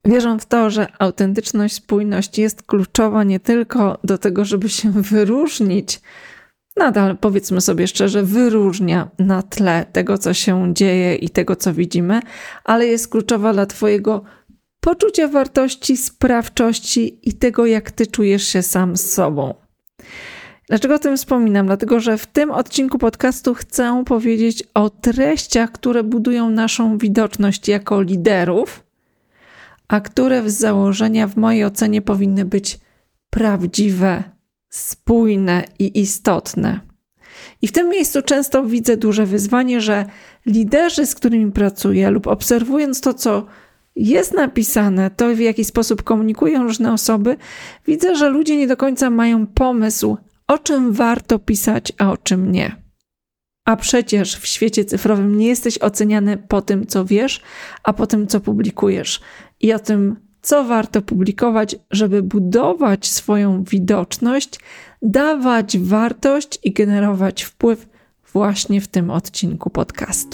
Wierzę w to, że autentyczność, spójność jest kluczowa nie tylko do tego, żeby się wyróżnić, nadal, powiedzmy sobie szczerze, wyróżnia na tle tego, co się dzieje i tego, co widzimy, ale jest kluczowa dla Twojego poczucia wartości, sprawczości i tego, jak Ty czujesz się sam z sobą. Dlaczego o tym wspominam? Dlatego, że w tym odcinku podcastu chcę powiedzieć o treściach, które budują naszą widoczność jako liderów, a które z założenia w mojej ocenie powinny być prawdziwe, spójne i istotne. I w tym miejscu często widzę duże wyzwanie, że liderzy, z którymi pracuję lub obserwując to, co jest napisane, to w jaki sposób komunikują różne osoby, widzę, że ludzie nie do końca mają pomysł, o czym warto pisać, a o czym nie. A przecież w świecie cyfrowym nie jesteś oceniany po tym, co wiesz, a po tym, co publikujesz. I o tym, co warto publikować, żeby budować swoją widoczność, dawać wartość i generować wpływ właśnie w tym odcinku podcastu.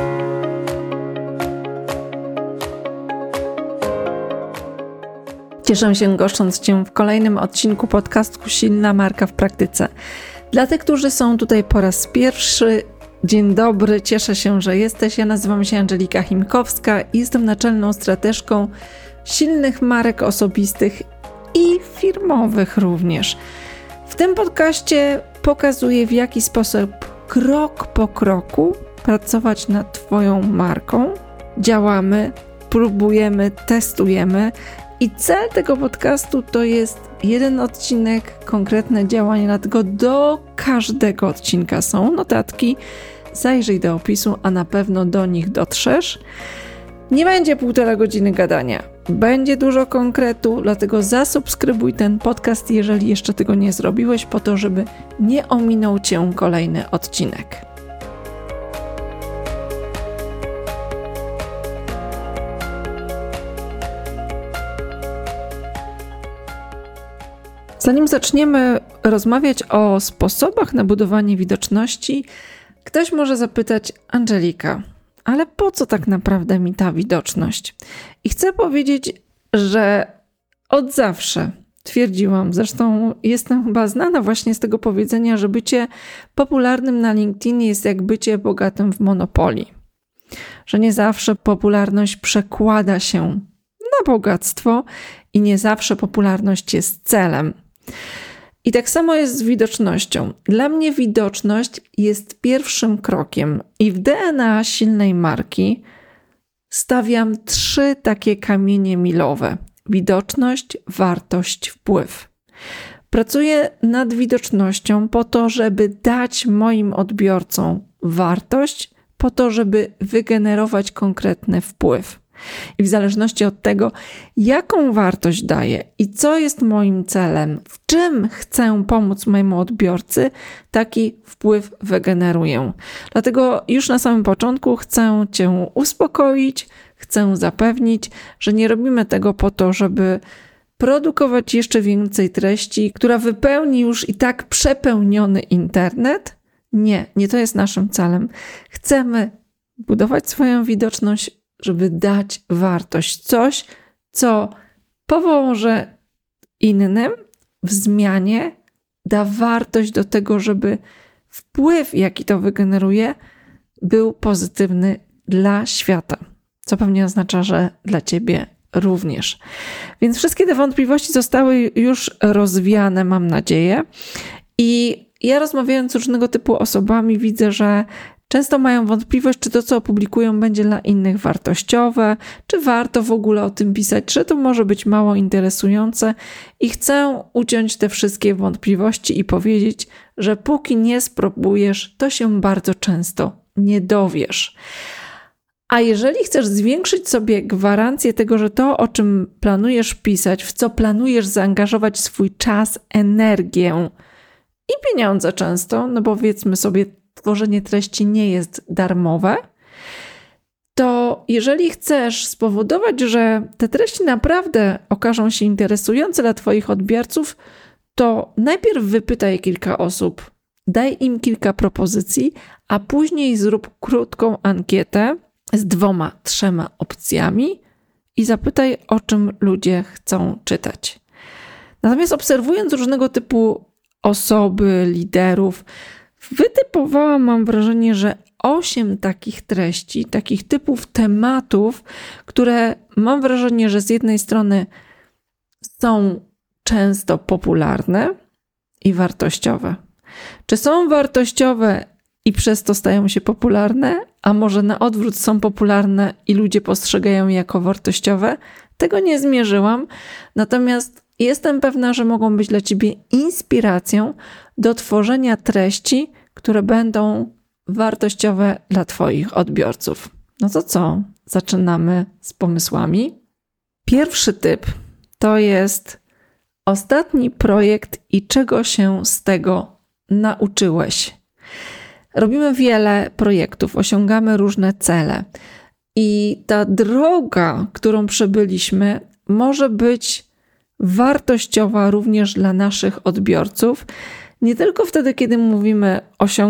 Cieszę się goszcząc Cię w kolejnym odcinku podcastu Silna marka w praktyce. Dla tych, którzy są tutaj po raz pierwszy, dzień dobry, cieszę się, że jesteś. Ja nazywam się Angelika Chimkowska i jestem naczelną strateżką silnych marek osobistych i firmowych również. W tym podcaście pokazuję, w jaki sposób krok po kroku pracować nad Twoją marką. Działamy, próbujemy, testujemy i cel tego podcastu to jest jeden odcinek, konkretne działanie, dlatego do każdego odcinka są notatki. Zajrzyj do opisu, a na pewno do nich dotrzesz. Nie będzie 1,5 godziny gadania. Będzie dużo konkretu, dlatego zasubskrybuj ten podcast, jeżeli jeszcze tego nie zrobiłeś, po to, żeby nie ominął Cię kolejny odcinek. Zanim zaczniemy rozmawiać o sposobach na budowanie widoczności, ktoś może zapytać: Angelika, ale po co tak naprawdę mi ta widoczność? I chcę powiedzieć, że od zawsze twierdziłam, zresztą jestem chyba znana właśnie z tego powiedzenia, że bycie popularnym na LinkedInie jest jak bycie bogatym w Monopoly. Że nie zawsze popularność przekłada się na bogactwo i nie zawsze popularność jest celem. I tak samo jest z widocznością. Dla mnie widoczność jest pierwszym krokiem i w DNA silnej marki stawiam 3 takie kamienie milowe. Widoczność, wartość, wpływ. Pracuję nad widocznością po to, żeby dać moim odbiorcom wartość, po to, żeby wygenerować konkretny wpływ. I w zależności od tego, jaką wartość daję i co jest moim celem, w czym chcę pomóc mojemu odbiorcy, taki wpływ wygeneruję. Dlatego już na samym początku chcę Cię uspokoić, chcę zapewnić, że nie robimy tego po to, żeby produkować jeszcze więcej treści, która wypełni już i tak przepełniony internet. Nie to jest naszym celem. Chcemy budować swoją widoczność, żeby dać wartość. Coś, co pomoże innym w zmianie, da wartość do tego, żeby wpływ, jaki to wygeneruje, był pozytywny dla świata. Co pewnie oznacza, że dla Ciebie również. Więc wszystkie te wątpliwości zostały już rozwiane, mam nadzieję. I ja rozmawiając z różnego typu osobami widzę, że często mają wątpliwość, czy to, co opublikują, będzie dla innych wartościowe, czy warto w ogóle o tym pisać, czy to może być mało interesujące. I chcę uciąć te wszystkie wątpliwości i powiedzieć, że póki nie spróbujesz, to się bardzo często nie dowiesz. A jeżeli chcesz zwiększyć sobie gwarancję tego, że to, o czym planujesz pisać, w co planujesz zaangażować swój czas, energię i pieniądze często, no bo powiedzmy sobie, tworzenie treści nie jest darmowe, to jeżeli chcesz spowodować, że te treści naprawdę okażą się interesujące dla Twoich odbiorców, to najpierw wypytaj kilka osób, daj im kilka propozycji, a później zrób krótką ankietę z 2-3 opcjami i zapytaj, o czym ludzie chcą czytać. Natomiast obserwując różnego typu osoby, liderów, wytypowałam, mam wrażenie, że 8 takich treści, takich typów tematów, które mam wrażenie, że z jednej strony są często popularne i wartościowe. Czy są wartościowe i przez to stają się popularne, a może na odwrót są popularne i ludzie postrzegają je jako wartościowe? Tego nie zmierzyłam, natomiast jestem pewna, że mogą być dla Ciebie inspiracją do tworzenia treści, które będą wartościowe dla Twoich odbiorców. No to co? Zaczynamy z pomysłami. Pierwszy typ to jest ostatni projekt i czego się z tego nauczyłeś. Robimy wiele projektów, osiągamy różne cele i ta droga, którą przebyliśmy, może być wartościowa również dla naszych odbiorców. Nie tylko wtedy, kiedy mówimy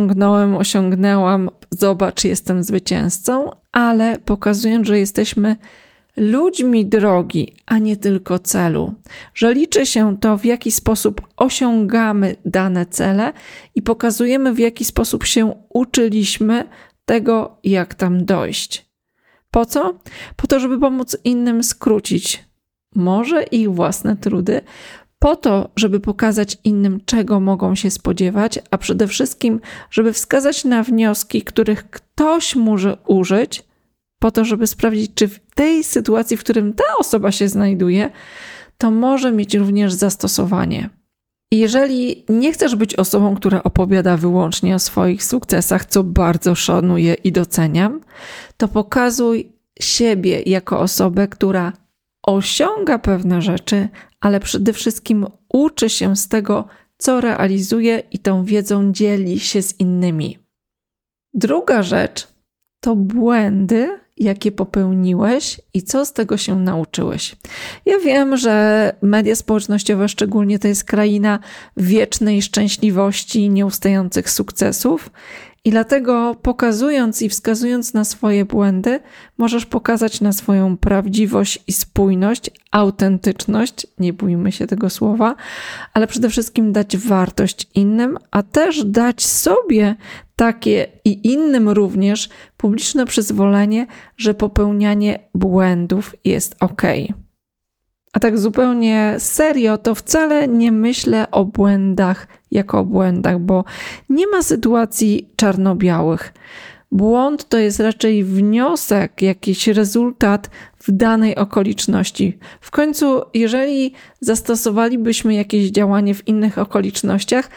osiągnęłam, zobacz, jestem zwycięzcą, ale pokazując, że jesteśmy ludźmi drogi, a nie tylko celu. Że liczy się to, w jaki sposób osiągamy dane cele i pokazujemy, w jaki sposób się uczyliśmy tego, jak tam dojść. Po co? Po to, żeby pomóc innym skrócić może ich własne trudy, po to, żeby pokazać innym, czego mogą się spodziewać, a przede wszystkim, żeby wskazać na wnioski, których ktoś może użyć, po to, żeby sprawdzić, czy w tej sytuacji, w którym ta osoba się znajduje, to może mieć również zastosowanie. I jeżeli nie chcesz być osobą, która opowiada wyłącznie o swoich sukcesach, co bardzo szanuję i doceniam, to pokazuj siebie jako osobę, która osiąga pewne rzeczy, ale przede wszystkim uczy się z tego, co realizuje i tą wiedzą dzieli się z innymi. Druga rzecz to błędy, jakie popełniłeś i co z tego się nauczyłeś. Ja wiem, że media społecznościowe szczególnie to jest kraina wiecznej szczęśliwości i nieustających sukcesów i dlatego pokazując i wskazując na swoje błędy, możesz pokazać na swoją prawdziwość i spójność, autentyczność, nie bójmy się tego słowa, ale przede wszystkim dać wartość innym, a też dać sobie takie i innym również publiczne przyzwolenie, że popełnianie błędów jest okej. A tak zupełnie serio, to wcale nie myślę o błędach jako o błędach, bo nie ma sytuacji czarno-białych. Błąd to jest raczej wniosek, jakiś rezultat w danej okoliczności. W końcu, jeżeli zastosowalibyśmy jakieś działanie w innych okolicznościach,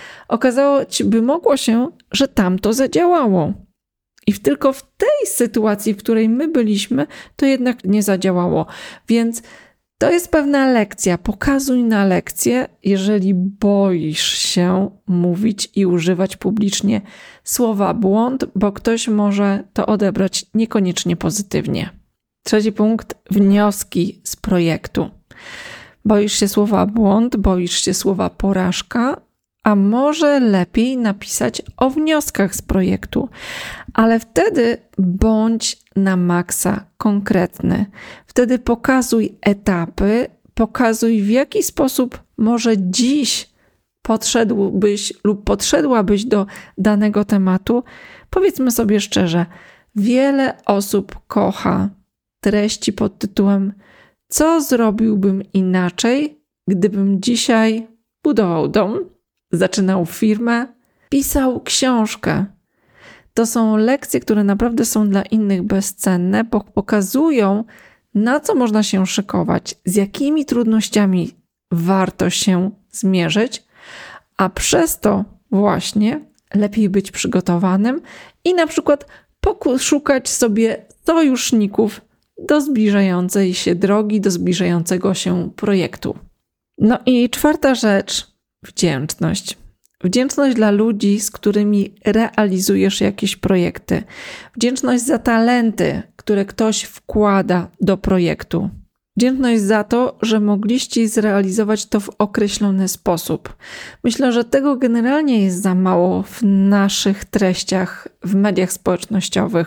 mogło się, że tamto zadziałało. I tylko w tej sytuacji, w której my byliśmy, to jednak nie zadziałało. Więc to jest pewna lekcja. Pokazuj na lekcję, jeżeli boisz się mówić i używać publicznie słowa błąd, bo ktoś może to odebrać niekoniecznie pozytywnie. Trzeci punkt, wnioski z projektu. Boisz się słowa błąd, boisz się słowa porażka, a może lepiej napisać o wnioskach z projektu, ale wtedy bądź na maksa konkretny. Wtedy pokazuj etapy, pokazuj w jaki sposób może dziś podszedłbyś lub podszedłabyś do danego tematu. Powiedzmy sobie szczerze, wiele osób kocha treści pod tytułem co zrobiłbym inaczej, gdybym dzisiaj budował dom, zaczynał firmę, pisał książkę. To są lekcje, które naprawdę są dla innych bezcenne, bo pokazują, na co można się szykować, z jakimi trudnościami warto się zmierzyć, a przez to właśnie lepiej być przygotowanym i na przykład poszukać sobie sojuszników do zbliżającej się drogi, do zbliżającego się projektu. No i czwarta rzecz, wdzięczność. Wdzięczność dla ludzi, z którymi realizujesz jakieś projekty. Wdzięczność za talenty, które ktoś wkłada do projektu. Wdzięczność za to, że mogliście zrealizować to w określony sposób. Myślę, że tego generalnie jest za mało w naszych treściach, w mediach społecznościowych.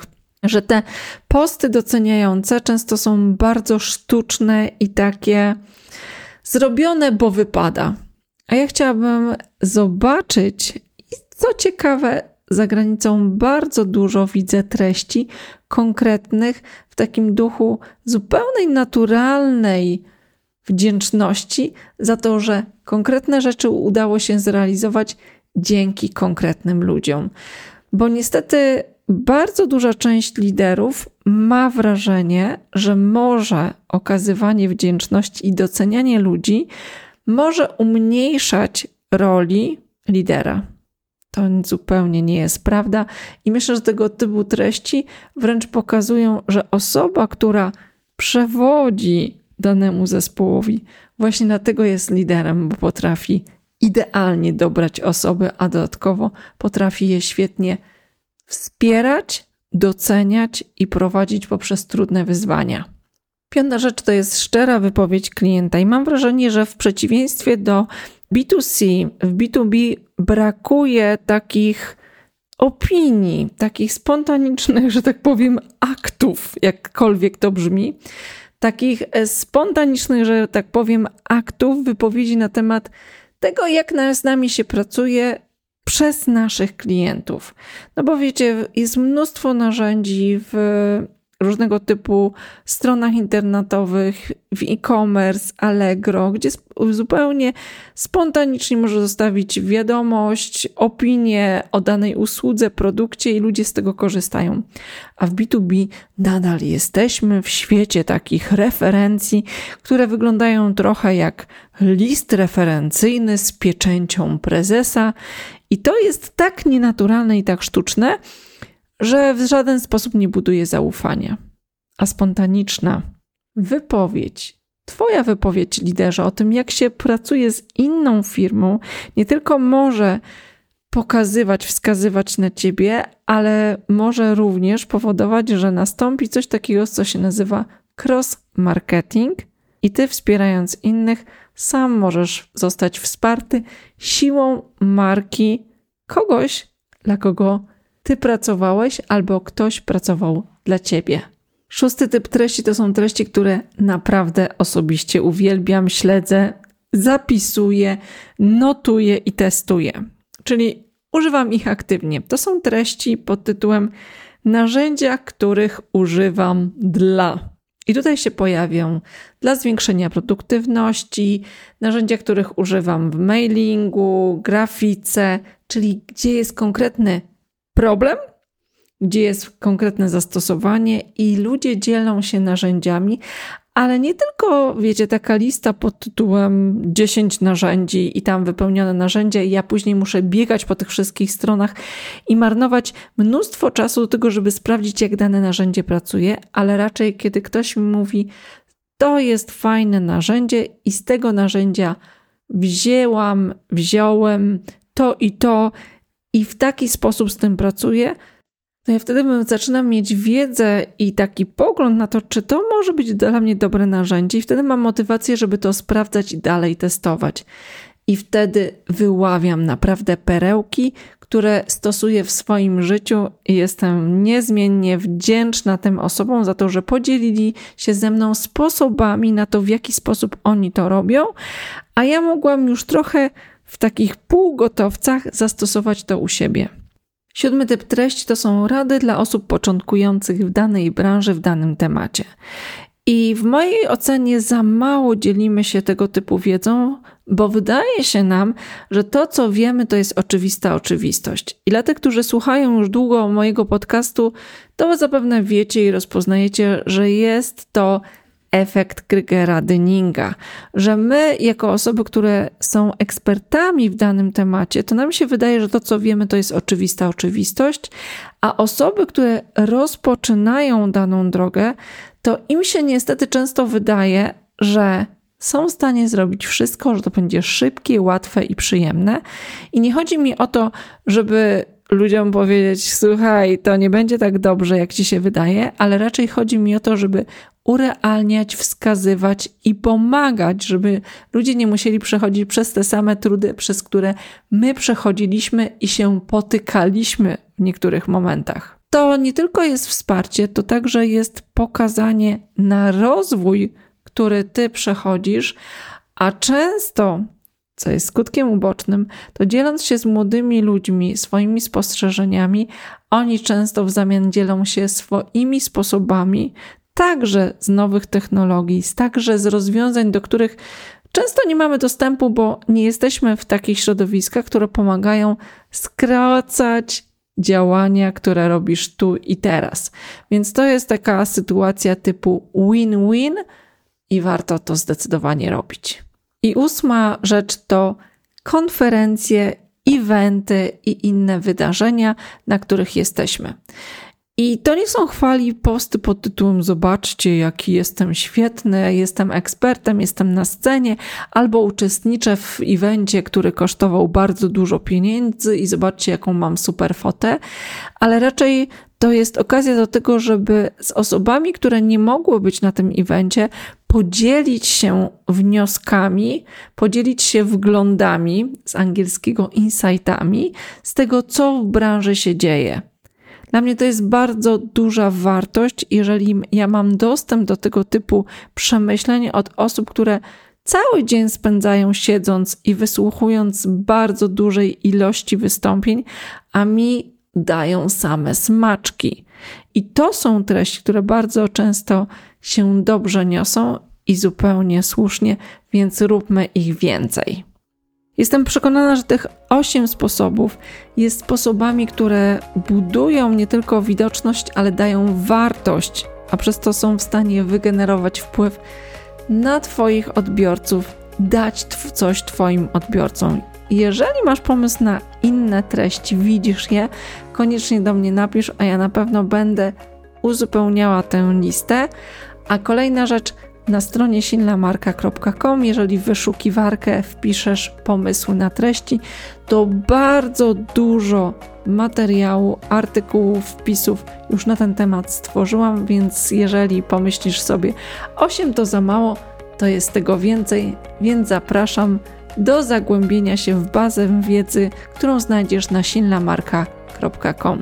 że te posty doceniające często są bardzo sztuczne i takie zrobione, bo wypada. A ja chciałabym zobaczyć, i co ciekawe, za granicą bardzo dużo widzę treści konkretnych w takim duchu zupełnej naturalnej wdzięczności za to, że konkretne rzeczy udało się zrealizować dzięki konkretnym ludziom. Bo niestety bardzo duża część liderów ma wrażenie, że może okazywanie wdzięczności i docenianie ludzi może umniejszać roli lidera. To zupełnie nie jest prawda i myślę, że tego typu treści wręcz pokazują, że osoba, która przewodzi danemu zespołowi, właśnie dlatego jest liderem, bo potrafi idealnie dobrać osoby, a dodatkowo potrafi je świetnie wspierać, doceniać i prowadzić poprzez trudne wyzwania. 5. rzecz to jest szczera wypowiedź klienta i mam wrażenie, że w przeciwieństwie do B2C, w B2B brakuje takich opinii, takich spontanicznych, że tak powiem, aktów, jakkolwiek to brzmi, takich spontanicznych, że tak powiem, aktów, wypowiedzi na temat tego, jak z nami się pracuje przez naszych klientów. No bo wiecie, jest mnóstwo narzędzi w różnego typu stronach internetowych, w e-commerce, Allegro, gdzie zupełnie spontanicznie może zostawić wiadomość, opinię o danej usłudze, produkcie i ludzie z tego korzystają. A w B2B nadal jesteśmy w świecie takich referencji, które wyglądają trochę jak list referencyjny z pieczęcią prezesa i to jest tak nienaturalne i tak sztuczne, że w żaden sposób nie buduje zaufania. A spontaniczna wypowiedź, twoja wypowiedź, liderze, o tym, jak się pracuje z inną firmą, nie tylko może pokazywać, wskazywać na ciebie, ale może również powodować, że nastąpi coś takiego, co się nazywa cross-marketing i ty, wspierając innych, sam możesz zostać wsparty siłą marki kogoś, dla kogo ty pracowałeś albo ktoś pracował dla ciebie. 6. typ treści to są treści, które naprawdę osobiście uwielbiam, śledzę, zapisuję, notuję i testuję. Czyli używam ich aktywnie. To są treści pod tytułem narzędzia, których używam dla. I tutaj się pojawią dla zwiększenia produktywności, narzędzia, których używam w mailingu, grafice, czyli gdzie jest konkretny problem, gdzie jest konkretne zastosowanie i ludzie dzielą się narzędziami, ale nie tylko, wiecie, taka lista pod tytułem 10 narzędzi i tam wypełnione narzędzia i ja później muszę biegać po tych wszystkich stronach i marnować mnóstwo czasu do tego, żeby sprawdzić, jak dane narzędzie pracuje, ale raczej kiedy ktoś mi mówi, to jest fajne narzędzie i z tego narzędzia wziąłem to i w taki sposób z tym pracuję, to ja wtedy zaczynam mieć wiedzę i taki pogląd na to, czy to może być dla mnie dobre narzędzie i wtedy mam motywację, żeby to sprawdzać i dalej testować. I wtedy wyławiam naprawdę perełki, które stosuję w swoim życiu i jestem niezmiennie wdzięczna tym osobom za to, że podzielili się ze mną sposobami na to, w jaki sposób oni to robią, a ja mogłam już trochę w takich półgotowcach zastosować to u siebie. 7. typ treści to są rady dla osób początkujących w danej branży, w danym temacie. I w mojej ocenie za mało dzielimy się tego typu wiedzą, bo wydaje się nam, że to, co wiemy, to jest oczywista oczywistość. I dla tych, którzy słuchają już długo mojego podcastu, to zapewne wiecie i rozpoznajecie, że jest to efekt Krugera-Dunninga, że my jako osoby, które są ekspertami w danym temacie, to nam się wydaje, że to, co wiemy, to jest oczywista oczywistość, a osoby, które rozpoczynają daną drogę, to im się niestety często wydaje, że są w stanie zrobić wszystko, że to będzie szybkie, łatwe i przyjemne. I nie chodzi mi o to, żeby ludziom powiedzieć, słuchaj, to nie będzie tak dobrze, jak ci się wydaje, ale raczej chodzi mi o to, żeby urealniać, wskazywać i pomagać, żeby ludzie nie musieli przechodzić przez te same trudy, przez które my przechodziliśmy i się potykaliśmy w niektórych momentach. to nie tylko jest wsparcie, to także jest pokazanie na rozwój, który ty przechodzisz, a często, co jest skutkiem ubocznym, to dzieląc się z młodymi ludźmi swoimi spostrzeżeniami, oni często w zamian dzielą się swoimi sposobami, także z nowych technologii, także z rozwiązań, do których często nie mamy dostępu, bo nie jesteśmy w takich środowiskach, które pomagają skracać działania, które robisz tu i teraz. Więc to jest taka sytuacja typu win-win i warto to zdecydowanie robić. I 8. rzecz to konferencje, eventy i inne wydarzenia, na których jesteśmy. I to nie są chwali posty pod tytułem zobaczcie, jaki jestem świetny, jestem ekspertem, jestem na scenie, albo uczestniczę w evencie, który kosztował bardzo dużo pieniędzy i zobaczcie, jaką mam super fotę, ale raczej to jest okazja do tego, żeby z osobami, które nie mogły być na tym evencie, podzielić się wnioskami, podzielić się wglądami, z angielskiego insightami, z tego, co w branży się dzieje. Dla mnie to jest bardzo duża wartość, jeżeli ja mam dostęp do tego typu przemyśleń od osób, które cały dzień spędzają siedząc i wysłuchując bardzo dużej ilości wystąpień, a mi dają same smaczki. I to są treści, które bardzo często się dobrze niosą i zupełnie słusznie, więc róbmy ich więcej. Jestem przekonana, że tych 8 sposobów jest sposobami, które budują nie tylko widoczność, ale dają wartość, a przez to są w stanie wygenerować wpływ na Twoich odbiorców, dać coś Twoim odbiorcom. Jeżeli masz pomysł na inne treści, widzisz je, koniecznie do mnie napisz, a ja na pewno będę uzupełniała tę listę. A kolejna rzecz, na stronie silnamarka.com, jeżeli w wyszukiwarkę wpiszesz pomysły na treści, to bardzo dużo materiału, artykułów, wpisów już na ten temat stworzyłam, więc jeżeli pomyślisz sobie 8 to za mało, to jest tego więcej, więc zapraszam do zagłębienia się w bazę wiedzy, którą znajdziesz na silnamarka.com.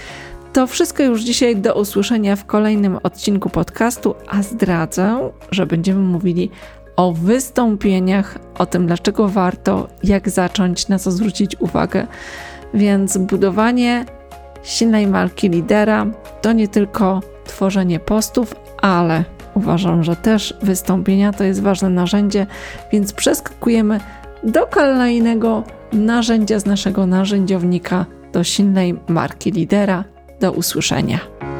To wszystko już dzisiaj, do usłyszenia w kolejnym odcinku podcastu, a zdradzę, że będziemy mówili o wystąpieniach, o tym dlaczego warto, jak zacząć, na co zwrócić uwagę. Więc budowanie silnej marki lidera to nie tylko tworzenie postów, ale uważam, że też wystąpienia to jest ważne narzędzie, więc przeskakujemy do kolejnego narzędzia z naszego narzędziownika do silnej marki lidera. Do usłyszenia.